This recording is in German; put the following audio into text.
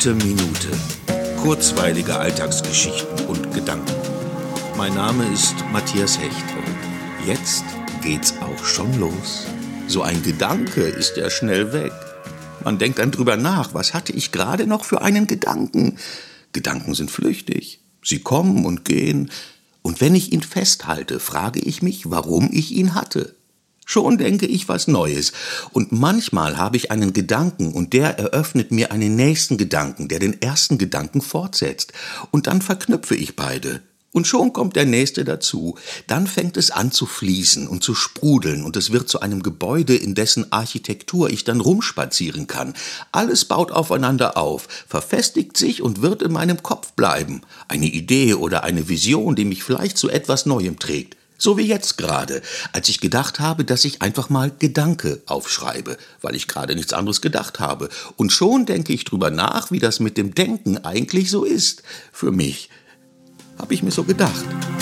Gute Minute. Kurzweilige Alltagsgeschichten und Gedanken. Mein Name ist Matthias Hecht und jetzt geht's auch schon los. So ein Gedanke ist ja schnell weg. Man denkt dann drüber nach, was hatte ich gerade noch für einen Gedanken? Gedanken sind flüchtig. Sie kommen und gehen. Und wenn ich ihn festhalte, frage ich mich, warum ich ihn hatte. Schon denke ich was Neues. Und manchmal habe ich einen Gedanken und der eröffnet mir einen nächsten Gedanken, der den ersten Gedanken fortsetzt. Und dann verknüpfe ich beide. Und schon kommt der nächste dazu. Dann fängt es an zu fließen und zu sprudeln und es wird zu einem Gebäude, in dessen Architektur ich dann rumspazieren kann. Alles baut aufeinander auf, verfestigt sich und wird in meinem Kopf bleiben. Eine Idee oder eine Vision, die mich vielleicht zu etwas Neuem trägt. So wie jetzt gerade, als ich gedacht habe, dass ich einfach mal Gedanke aufschreibe, weil ich gerade nichts anderes gedacht habe. Und schon denke ich drüber nach, wie das mit dem Denken eigentlich so ist. Für mich. Habe ich mir so gedacht.